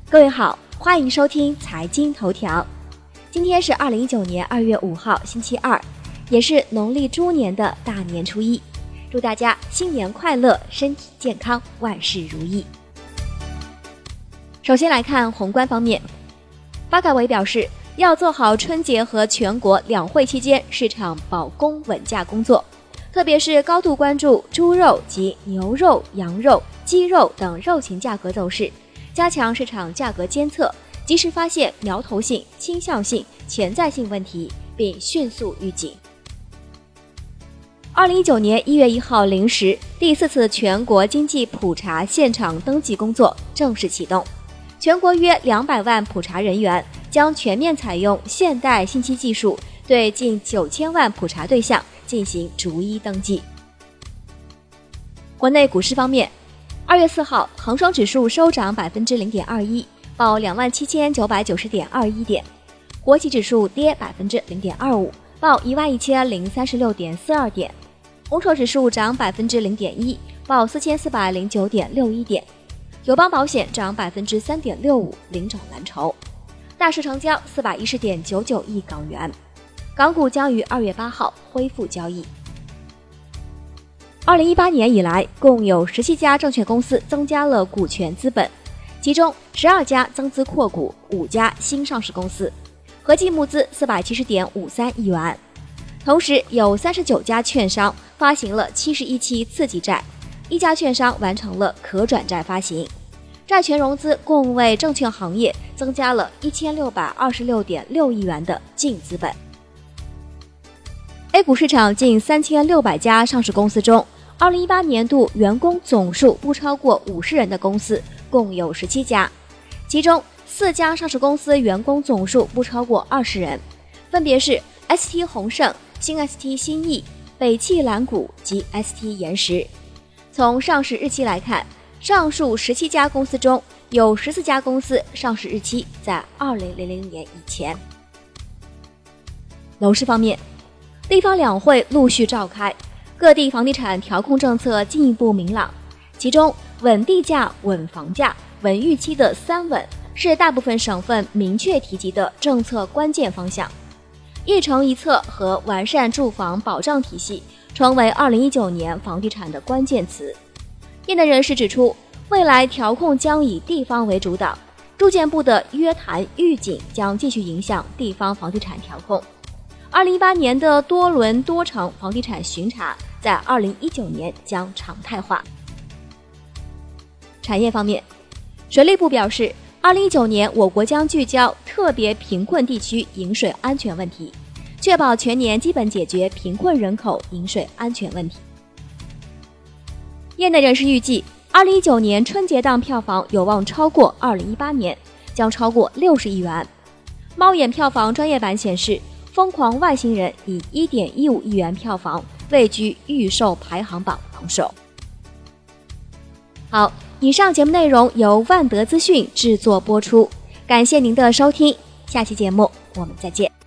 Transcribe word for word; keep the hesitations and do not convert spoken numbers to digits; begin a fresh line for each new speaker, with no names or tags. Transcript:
各位好，欢迎收听财经头条。今天是二零一九年二月五号，星期二，也是农历猪年的大年初一。祝大家新年快乐，身体健康，万事如意。首先来看宏观方面，发改委表示，要做好春节和全国两会期间市场保供稳价工作，特别是高度关注猪肉及牛肉、羊肉、鸡肉等肉禽价格走势，加强市场价格监测，及时发现苗头性、倾向性、潜在性问题，并迅速预警。二零一九年一月一号零时，第四次全国经济普查现场登记工作正式启动，全国约两百万普查人员将全面采用现代信息技术，对近九千万普查对象进行逐一登记。国内股市方面，二月四号，恒生指数收涨百分之零点二一，报两万七千九百九十点二一点；国企指数跌百分之零点二五，报一万一千零三十六点四二点；红筹指数涨百分之零点一，报四千四百零九点六一点；友邦保险涨百分之三点六五，领涨蓝筹。大市成交四百一十点九九亿港元。港股将于二月八号恢复交易。二零一八年以来，共有十七家证券公司增加了股权资本，其中十二家增资扩股，五家新上市公司，合计募资四百七十点五三亿元。同时，有三十九家券商发行了七十一期刺激债，一家券商完成了可转债发行，债权融资共为证券行业增加了一千六百二十六点六亿元的净资本。A 股市场近三千六百家上市公司中，二零一八年度员工总数不超过五十人的公司共有十七家，其中四家上市公司员工总数不超过二十人，分别是 S T 宏盛、新 S T 新意、北汽蓝谷及 S T 岩石。从上市日期来看，上述十七家公司中有十四家公司上市日期在二零零零年以前。楼市方面，地方两会陆续召开，各地房地产调控政策进一步明朗，其中稳地价、稳房价、稳预期的三稳是大部分省份明确提及的政策关键方向。一城一策和完善住房保障体系成为二零一九年房地产的关键词。业内人士指出，未来调控将以地方为主导，住建部的约谈预警将继续影响地方房地产调控。二零一八年的多轮多城房地产巡查在二零一九年将常态化。产业方面，水利部表示，二零一九年我国将聚焦特别贫困地区饮水安全问题，确保全年基本解决贫困人口饮水安全问题。业内人士预计，二零一九年春节档票房有望超过二零一八年，将超过六十亿元。猫眼票房专业版显示，疯狂外星人以 一点一五亿元票房位居预售排行榜榜首。好，以上节目内容由万德资讯制作播出，感谢您的收听，下期节目我们再见。